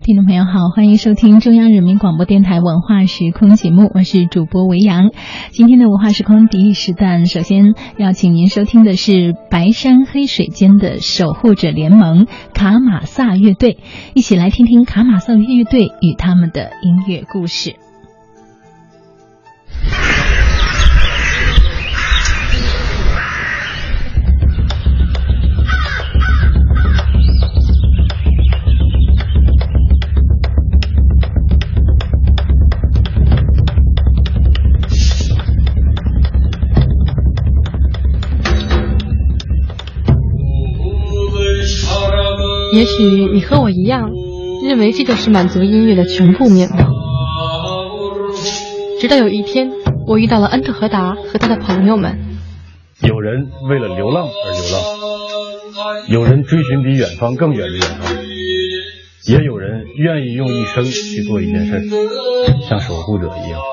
听众朋友好，欢迎收听中央人民广播电台文化时空节目，我是主播维扬。今天的文化时空第一时段，首先要请您收听的是白山黑水间的守护者联盟卡马萨乐队，一起来听听卡马萨乐队与他们的音乐故事。 也许你和我一样，认为这就是满族音乐的全部面貌。直到有一天，我遇到了恩特和达和他的朋友们。 有人为了流浪而流浪，有人追寻比远方更远的远方，也有人愿意用一生去做一件事，像守护者一样。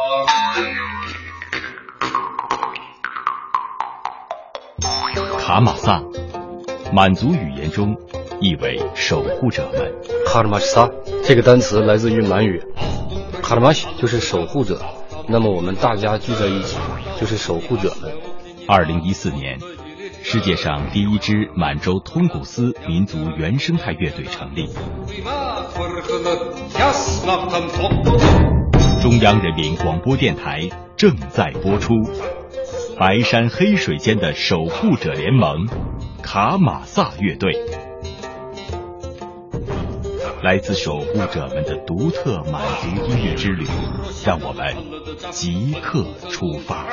卡马萨，满族语言中意为守护者们。 卡尔马西萨这个单词来自于满语，卡尔马西就是守护者，那么我们大家聚在一起就是守护者们。 2014年，世界上第一支满洲通古斯民族原生态乐队成立。中央人民广播电台正在播出白山黑水间的守护者联盟卡马萨乐队。来自守护者们的独特满族音乐之旅，让我们即刻出发。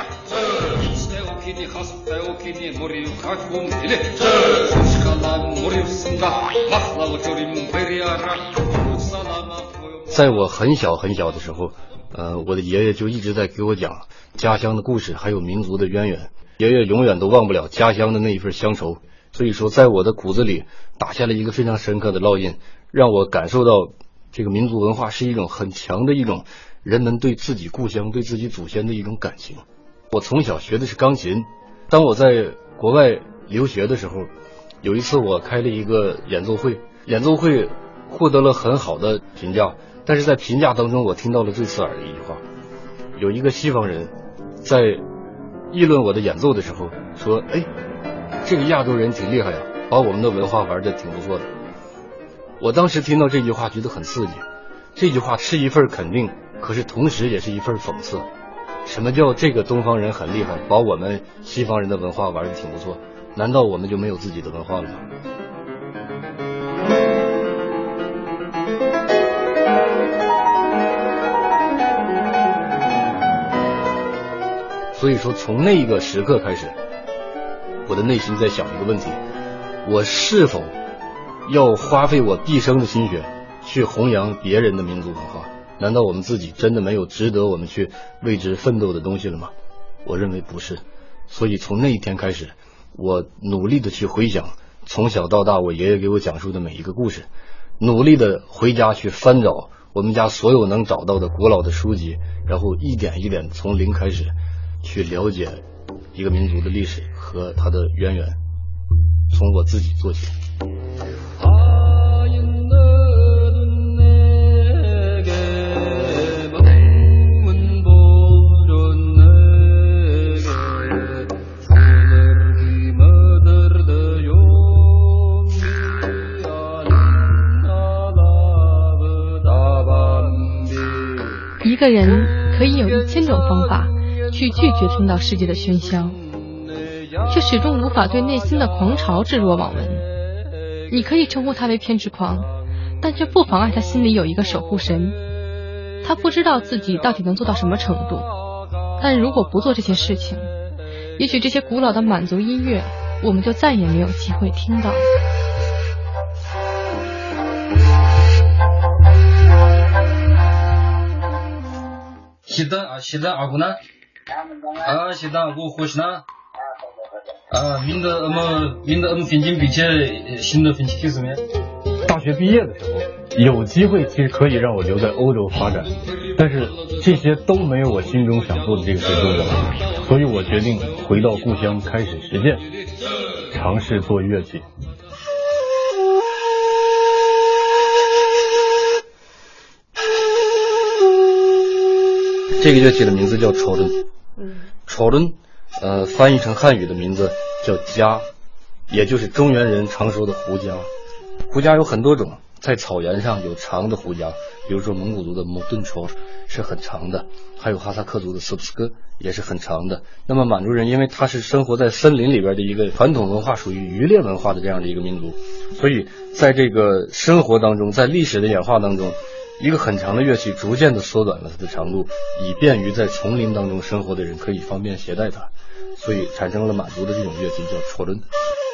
在我很小很小的时候，我的爷爷就一直在给我讲家乡的故事，还有民族的渊源。爷爷永远都忘不了家乡的那一份乡愁，所以说在我的骨子里打下了一个非常深刻的烙印，让我感受到这个民族文化是一种很强的一种人们对自己故乡、对自己祖先的一种感情。我从小学的是钢琴，当我在国外留学的时候，有一次我开了一个演奏会，获得了很好的评价，但是在评价当中我听到了最刺耳的一句话，有一个西方人在议论我的演奏的时候说，这个亚洲人挺厉害呀，把我们的文化玩得挺不错的。我当时听到这句话觉得很刺激，这句话是一份肯定，可是同时也是一份讽刺。什么叫这个东方人很厉害，把我们西方人的文化玩得挺不错？难道我们就没有自己的文化了吗？所以说从那个时刻开始，我的内心在想一个问题，我是否要花费我毕生的心血去弘扬别人的民族文化？难道我们自己真的没有值得我们去为之奋斗的东西了吗？我认为不是。所以从那一天开始，我努力的去回想从小到大我爷爷给我讲述的每一个故事，努力的回家去翻找我们家所有能找到的古老的书籍，然后一点一点从零开始去了解一个民族的历史和它的渊源，从我自己做起。 一个人可以有1000种方法去拒绝听到世界的喧嚣，却始终无法对内心的狂潮置若罔闻。你可以称呼他为偏执狂，但却不妨碍他心里有一个守护神。他不知道自己到底能做到什么程度，但如果不做这些事情，也许这些古老的满族音乐我们就再也没有机会听到了。 시다 아구나 시다 아구 호시나 민的빈진 비체新的빈치키스면 大学毕业的时候有机会其实可以让我留在欧洲发展，但是这些都没有我心中想做的这个最重要，所以我决定回到故乡开始实践，尝试做乐器。 这个乐器的名字叫抽伦。抽伦，翻译成汉语的名字叫夹，也就是中原人常说的胡夹。胡夹有很多种，在草原上有长的胡夹，比如说蒙古族的木顿抽是很长的，还有哈萨克族的斯普斯哥也是很长的。那么满族人因为他是生活在森林里边的一个传统文化，属于渔猎文化的这样的一个民族，所以在这个生活当中，在历史的演化当中，一个很长的乐器逐渐的缩短了它的长度，以便于在丛林当中生活的人可以方便携带它，所以产生了满族的这种乐器叫戳伦。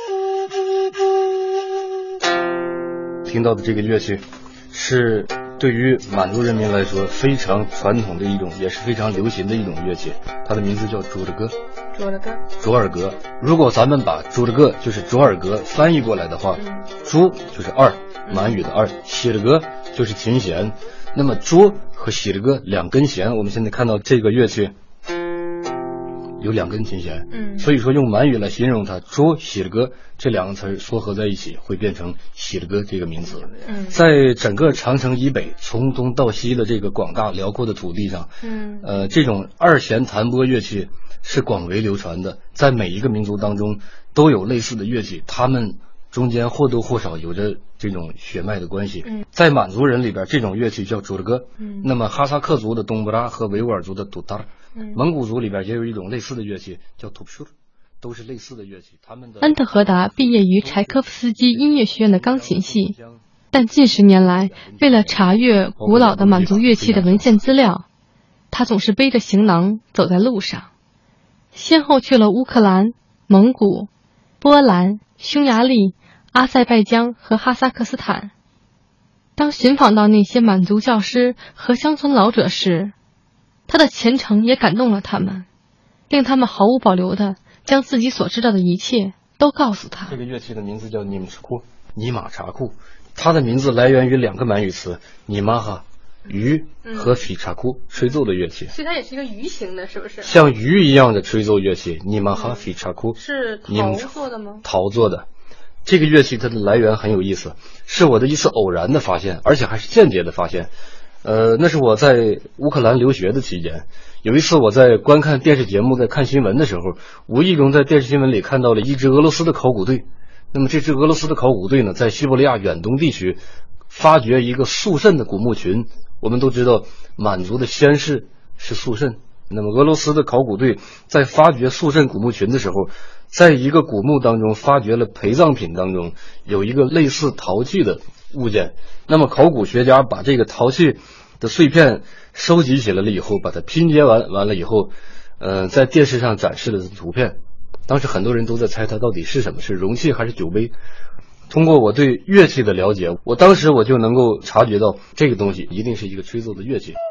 听到的这个乐器是对于满族人民来说非常传统的一种，也是非常流行的一种乐器，它的名字叫卓尔格。卓尔格，如果咱们把卓尔格就是卓尔格翻译过来的话，卓就是二，满语的二，喜了格就是琴弦。那么卓和喜了格两根弦，我们现在看到这个乐器有两根琴弦，所以说用满语来形容它，卓喜了格这两个词缩合在一起，会变成喜了格这个名字。在整个长城以北，从东到西的这个广大辽阔的土地上，这种二弦弹拨乐器是广为流传的，在每一个民族当中都有类似的乐器，他们中间或多或少有着这种血脉的关系。在满族人里边，这种乐器叫卓尔格。那么哈萨克族的东布拉和维吾尔族的杜达，蒙古族里边也有一种类似的乐器叫图普舒，都是类似的乐器。他们的安特荷达毕业于柴科夫斯基音乐学院的钢琴系，但近10年来，为了查阅古老的满族乐器的文献资料，他总是背着行囊走在路上，先后去了乌克兰、蒙古、波兰、匈牙利、阿塞拜疆和哈萨克斯坦。当寻访到那些满族教师和乡村老者时，他的虔诚也感动了他们，令他们毫无保留地将自己所知道的一切都告诉他。 这个乐器的名字叫尼姆查库，尼玛查库，它的名字来源于两个满语词，尼玛哈鱼和菲查库，吹奏的乐器。 所以它也是一个鱼形的，是不是？ 像鱼一样的吹奏乐器，尼玛哈菲查库是陶做的吗？ 陶做的。这个乐器它的来源很有意思，是我的一次偶然的发现，而且还是间接的发现。那是我在乌克兰留学的期间，有一次我在观看电视节目，在看新闻的时候，无意中在电视新闻里看到了一支俄罗斯的考古队。那么这支俄罗斯的考古队呢，在西伯利亚远东地区发掘一个肃慎的古墓群。我们都知道满族的先士是肃慎，那么俄罗斯的考古队在发掘肃慎古墓群的时候，在一个古墓当中发掘了陪葬品当中有一个类似陶器的物件。那么考古学家把这个陶器的碎片收集起来了以后，把它拼接完了以后，在电视上展示了图片。当时很多人都在猜它到底是什么，是容器还是酒杯。通过我对乐器的了解，当时我就能够察觉到这个东西一定是一个吹奏的乐器。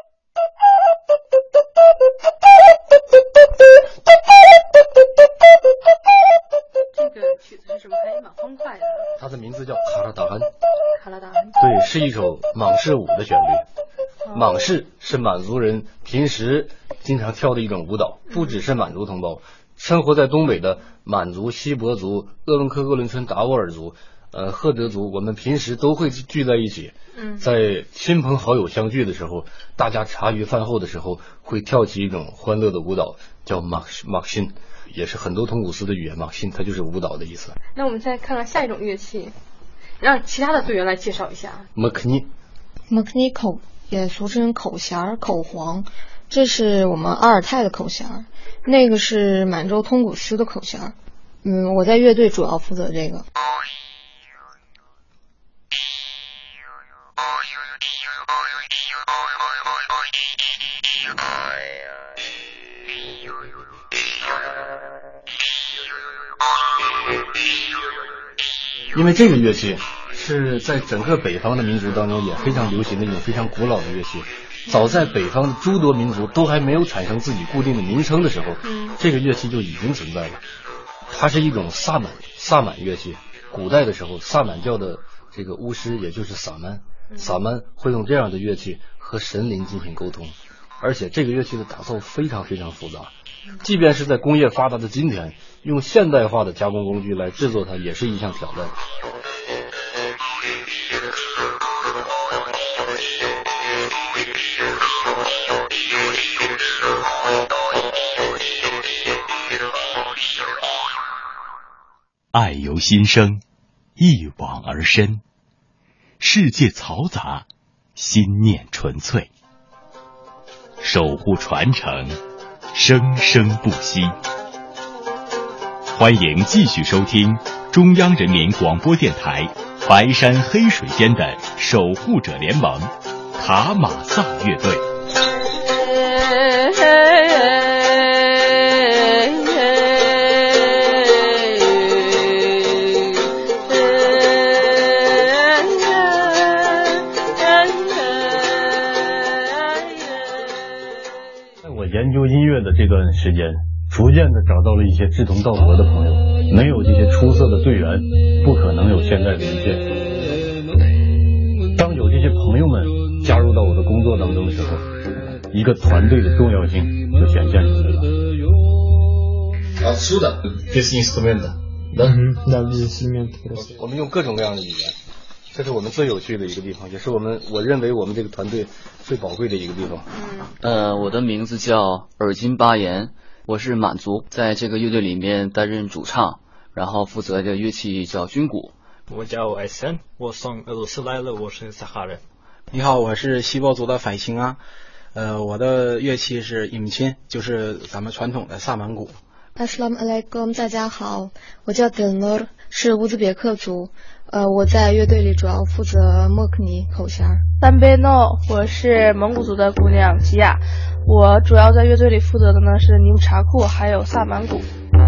这个曲子是什么？还蛮欢快的。 它的名字叫卡拉达安。 卡拉达安。 对，是一首莽氏舞的旋律。莽氏是满族人平时经常跳的一种舞蹈，不只是满族同胞，生活在东北的满族、锡伯族、鄂伦克鄂伦春达斡尔族、赫德族，我们平时都会聚在一起，在亲朋好友相聚的时候，大家茶余饭后的时候会跳起一种欢乐的舞蹈，叫莽辛，也是很多通古斯的语言，莽辛它就是舞蹈的意思。 那我们再看看下一种乐器，让其他的队员来介绍一下。 莫克尼口也俗称口弦、口簧，这是我们阿尔泰的口弦，那个是满洲通古斯的口弦。我在乐队主要负责这个。 因为这个乐器是在整个北方的民族当中也非常流行的一种非常古老的乐器。早在北方的诸多民族都还没有产生自己固定的名称的时候，这个乐器就已经存在了。它是一种萨满乐器。古代的时候，萨满教的这个巫师也就是萨满会用这样的乐器和神灵进行沟通，而且这个乐器的打造非常非常复杂，即便是在工业发达的今天，用现代化的加工工具来制作它也是一项挑战。 爱由心生，一往而深。世界嘈杂，心念纯粹。守护传承，生生不息。欢迎继续收听中央人民广播电台白山黑水间的守护者联盟卡马萨乐队。 我研究音乐的这段时间，逐渐的找到了一些志同道合的朋友。没有这些出色的队员，不可能有现在的一切。当有这些朋友们加入到我的工作当中的时候，一个团队的重要性就显现出来了。 Отсюда без инструмента, да? Да, без инструмента. 我们用各种各样的语言，这是我们最有趣的一个地方，也是我认为我们这个团队最宝贵的一个地方。 我的名字叫尔金巴颜，我是满族，在这个乐队里面担任主唱，然后负责的乐器叫军鼓。 我叫艾森，我从俄罗斯来了，我是撒哈人。 你好，我是锡伯族的法钦啊，我的乐器是伊姆钦，就是咱们传统的萨满鼓。 Assalamu alaikum， 大家好，我叫德诺，是乌兹别克族，我在乐队里主要负责莫克尼口弦。 丹贝诺，我是蒙古族的姑娘吉亚，我主要在乐队里负责的呢是尼姆查库还有萨满鼓。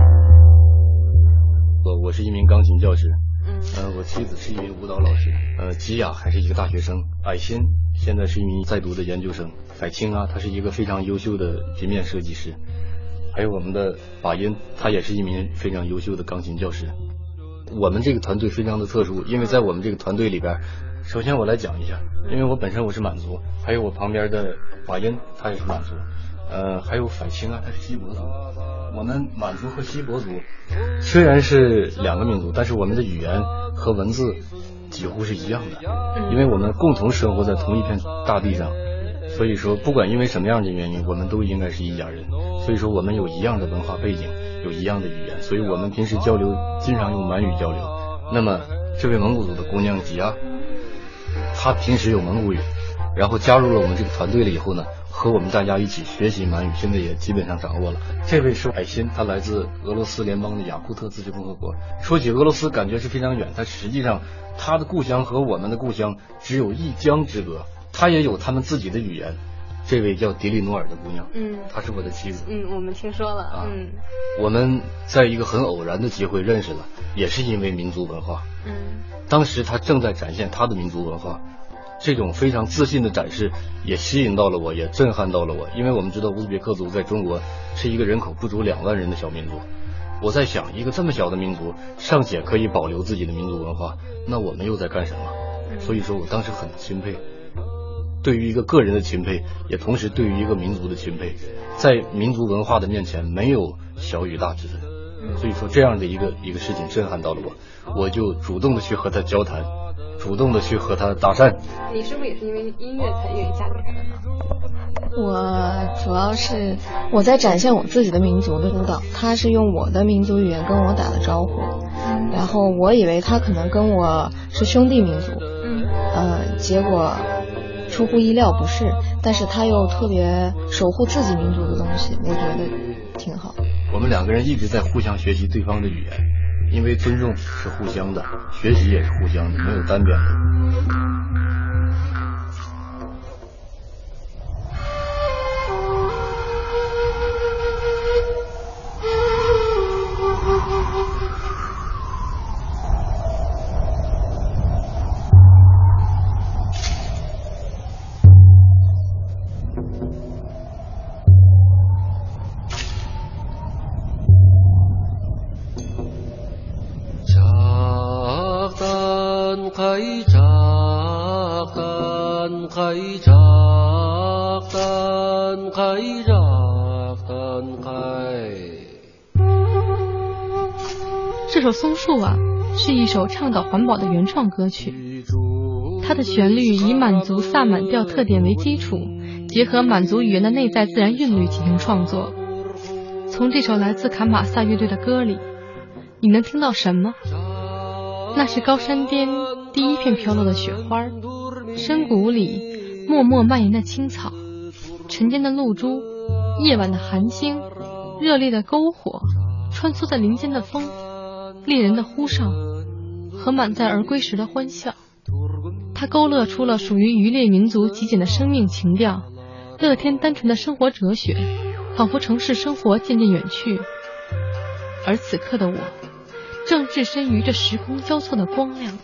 我是一名钢琴教师，我妻子是一名舞蹈老师，吉亚还是一个大学生，艾辛现在是一名在读的研究生，海清啊，他是一个非常优秀的平面设计师，还有我们的法音，他也是一名非常优秀的钢琴教师。我们这个团队非常的特殊，因为在我们这个团队里边，首先我来讲一下，因为我本身我是满族，还有我旁边的法音他也是满族，还有法清啊，他是锡伯族。我们满族和锡伯族虽然是两个民族，但是我们的语言和文字几乎是一样的，因为我们共同生活在同一片大地上，所以说不管因为什么样的原因，我们都应该是一家人。所以说我们有一样的文化背景，有一样的语言，所以我们平时交流经常用满语交流。那么这位蒙古族的姑娘吉亚，她平时有蒙古语，然后加入了我们这个团队了以后呢，和我们大家一起学习满语，现在也基本上掌握了。这位是海辛，他来自俄罗斯联邦的雅库特自治共和国。说起俄罗斯感觉是非常远，但实际上他的故乡和我们的故乡只有一江之隔，他也有他们自己的语言。这位叫迪里诺尔的姑娘，她是我的妻子。 我们听说了。 我们在一个很偶然的机会认识了，也是因为民族文化。当时她正在展现她的民族文化，这种非常自信的展示也吸引到了我，也震撼到了我。因为我们知道乌兹别克族在中国是一个人口不足2万人的小民族，我在想，一个这么小的民族尚且可以保留自己的民族文化，那我们又在干什么？所以说我当时很钦佩，对于一个个人的钦佩，也同时对于一个民族的钦佩。在民族文化的面前没有小与大之分，所以说这样的一个事情震撼到了我就主动的去和他交谈，主动的去和他搭讪。 你是不是也是因为音乐才愿意嫁给他的呢？ 我主要是我在展现我自己的民族的舞蹈，他是用我的民族语言跟我打的招呼，然后我以为他可能跟我是兄弟民族，结果出乎意料不是，但是他又特别守护自己民族的东西，我觉得挺好。 我们两个人一直在互相学习对方的语言，因为尊重是互相的，学习也是互相的，没有单边的。 这首松树啊，是一首倡导环保的原创歌曲，它的旋律以满族萨满调特点为基础，结合满族语言的内在自然韵律进行创作。从这首来自卡马萨乐队的歌里， 你能听到什么？那是高山巅第一片飘落的雪花，深谷里默默蔓延的青草，晨间的露珠，夜晚的寒星，热烈的篝火，穿梭在林间的风，猎人的呼哨和满载而归时的欢笑。它勾勒出了属于渔猎民族极简的生命情调，乐天单纯的生活哲学，仿佛城市生活渐渐远去。而此刻的我正置身于这时空交错的光亮里。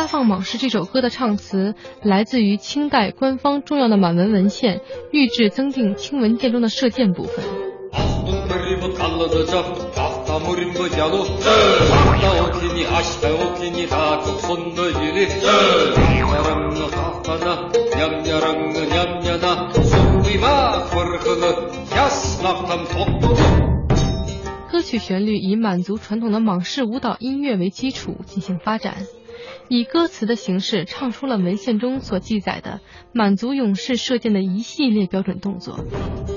发放莽视》这首歌的唱词来自于清代官方重要的满文文献，御制增订清文件中的射箭部分。歌曲旋律以满族传统的莽视舞蹈音乐为基础进行发展，以歌词的形式唱出了文献中所记载的满族勇士射箭的一系列标准动作。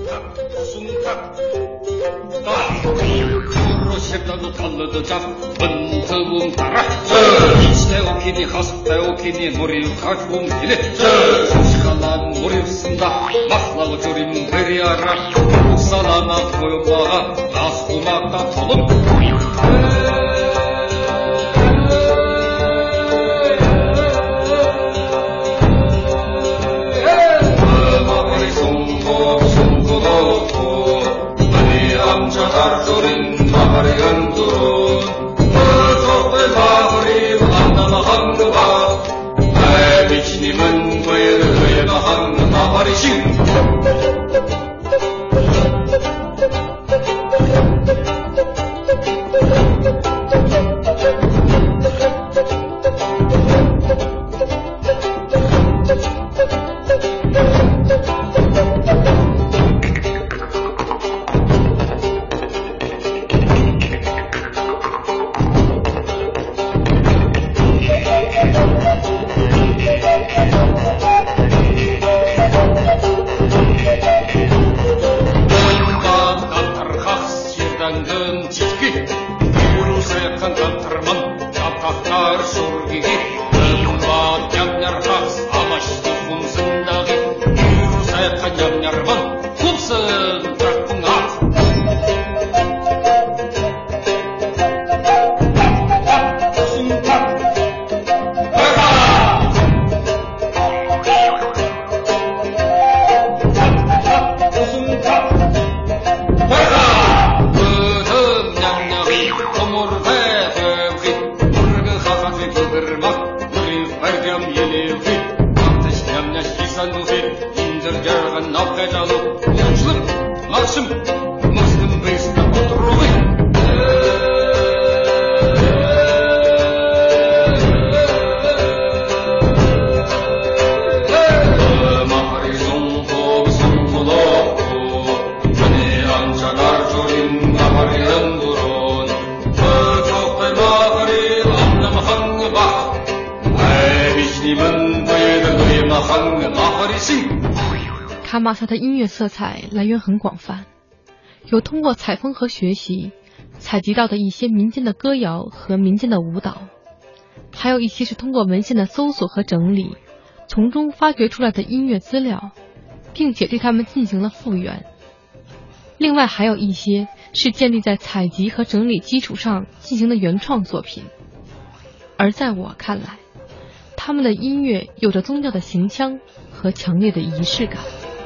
卡玛萨的音乐色彩来源很广泛，有通过采风和学习采集到的一些民间的歌谣和民间的舞蹈，还有一些是通过文献的搜索和整理，从中发掘出来的音乐资料，并且对它们进行了复原。另外还有一些是建立在采集和整理基础上进行的原创作品。而在我看来，他们的音乐有着宗教的形腔和强烈的仪式感。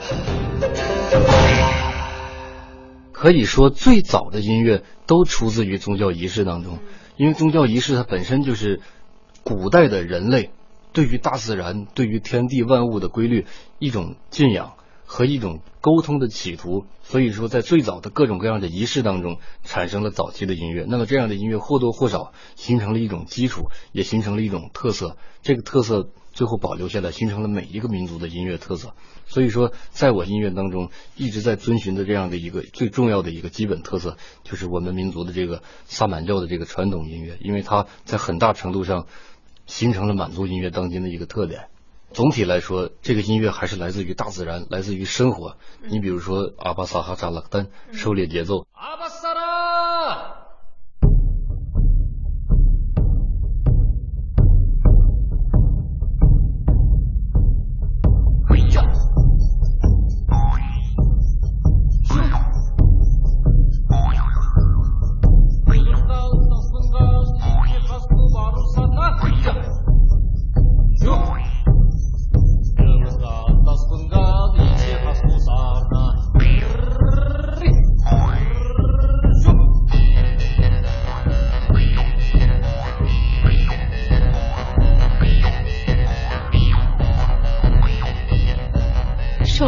可以说最早的音乐都出自于宗教仪式当中，因为宗教仪式它本身就是古代的人类对于大自然、对于天地万物的规律一种敬仰和一种沟通的企图，所以说在最早的各种各样的仪式当中产生了早期的音乐。那么这样的音乐或多或少形成了一种基础，也形成了一种特色，这个特色最后保留下来，形成了每一个民族的音乐特色。所以说在我音乐当中一直在遵循的这样的一个最重要的一个基本特色，就是我们民族的这个萨满教的这个传统音乐，因为它在很大程度上形成了满族音乐当今的一个特点。总体来说，这个音乐还是来自于大自然，来自于生活。你比如说阿巴萨哈扎勒丹狩猎节奏，阿巴萨拉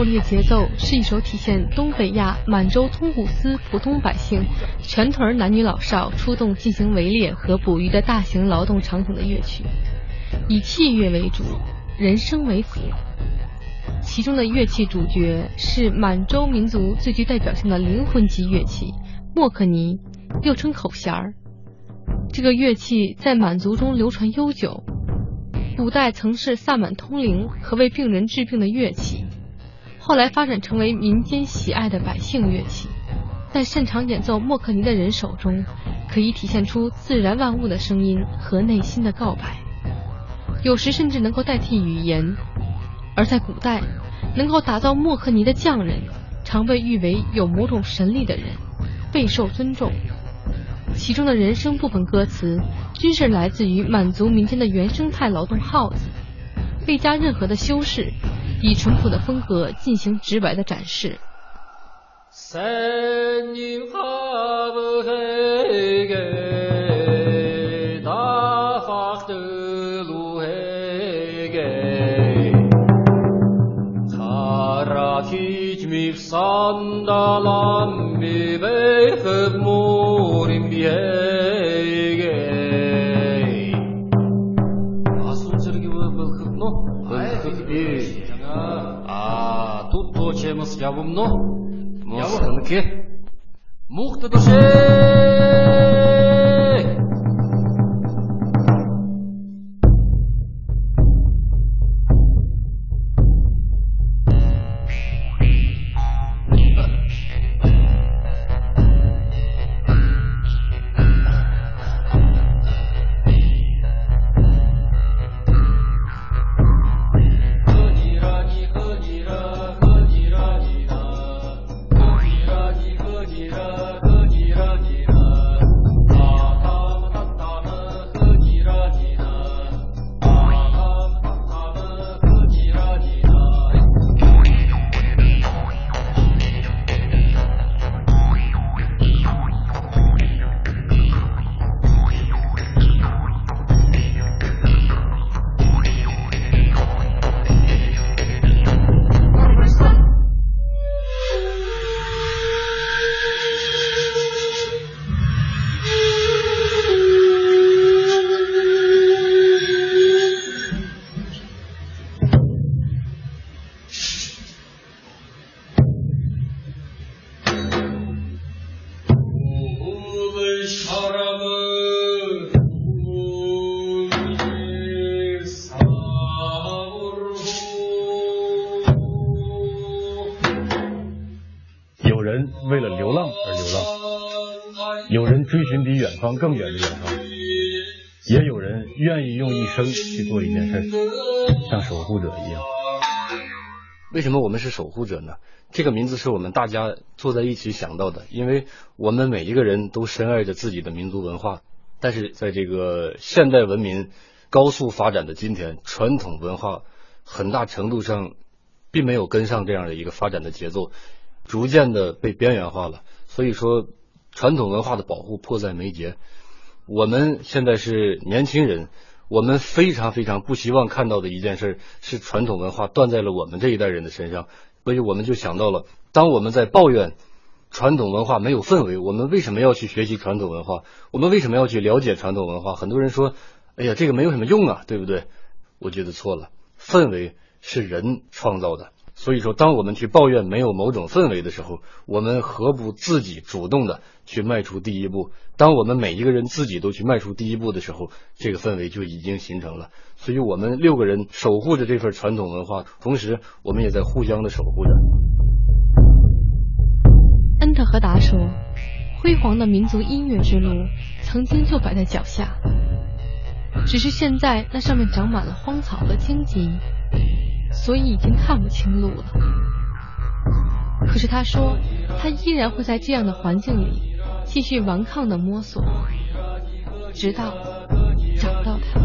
律的节奏是一首体现东北亚满洲通古斯普通百姓全屯男女老少出动进行围猎和捕鱼的大型劳动场景的乐曲，以器乐为主，人声为辅。其中的乐器主角是满洲民族最具代表性的灵魂级乐器莫克尼，又称口弦儿。这个乐器在满族中流传悠久，古代曾是萨满通灵和为病人治病的乐器，后来发展成为民间喜爱的百姓乐器。在擅长演奏莫克尼的人手中，可以体现出自然万物的声音和内心的告白，有时甚至能够代替语言。而在古代，能够打造莫克尼的匠人常被誉为有某种神力的人，备受尊重。其中的人声部分歌词均是来自于满族民间的原生态劳动号子，未加任何的修饰，以淳朴的风格进行直白的展示。 Sandalam mi beyfeb murim biyege Asıl çırgı bılkıp no? Bılkıp bir Tuttu çemiz yavum no? Mısın ki? Muhtu duşey 为了流浪而流浪，有人追寻比远方更远的远方，也有人愿意用一生去做一件事，像守护者一样。 为什么我们是守护者呢？这个名字是我们大家坐在一起想到的，因为我们每一个人都深爱着自己的民族文化，但是在这个现代文明高速发展的今天，传统文化很大程度上并没有跟上这样的一个发展的节奏，逐渐的被边缘化了。所以说传统文化的保护迫在眉睫。我们现在是年轻人，我们非常非常不希望看到的一件事是传统文化断在了我们这一代人的身上。所以我们就想到了，当我们在抱怨传统文化没有氛围，我们为什么要去学习传统文化？我们为什么要去了解传统文化？很多人说，哎呀，这个没有什么用啊，对不对？我觉得错了，氛围是人创造的。所以说当我们去抱怨没有某种氛围的时候，我们何不自己主动的去迈出第一步？当我们每一个人自己都去迈出第一步的时候，这个氛围就已经形成了。所以我们6个人守护着这份传统文化，同时我们也在互相的守护着。 恩特和达说，辉煌的民族音乐之路曾经就摆在脚下，只是现在那上面长满了荒草和荆棘，所以已经看不清路了。可是他说，他依然会在这样的环境里继续顽抗的摸索，直到找到它。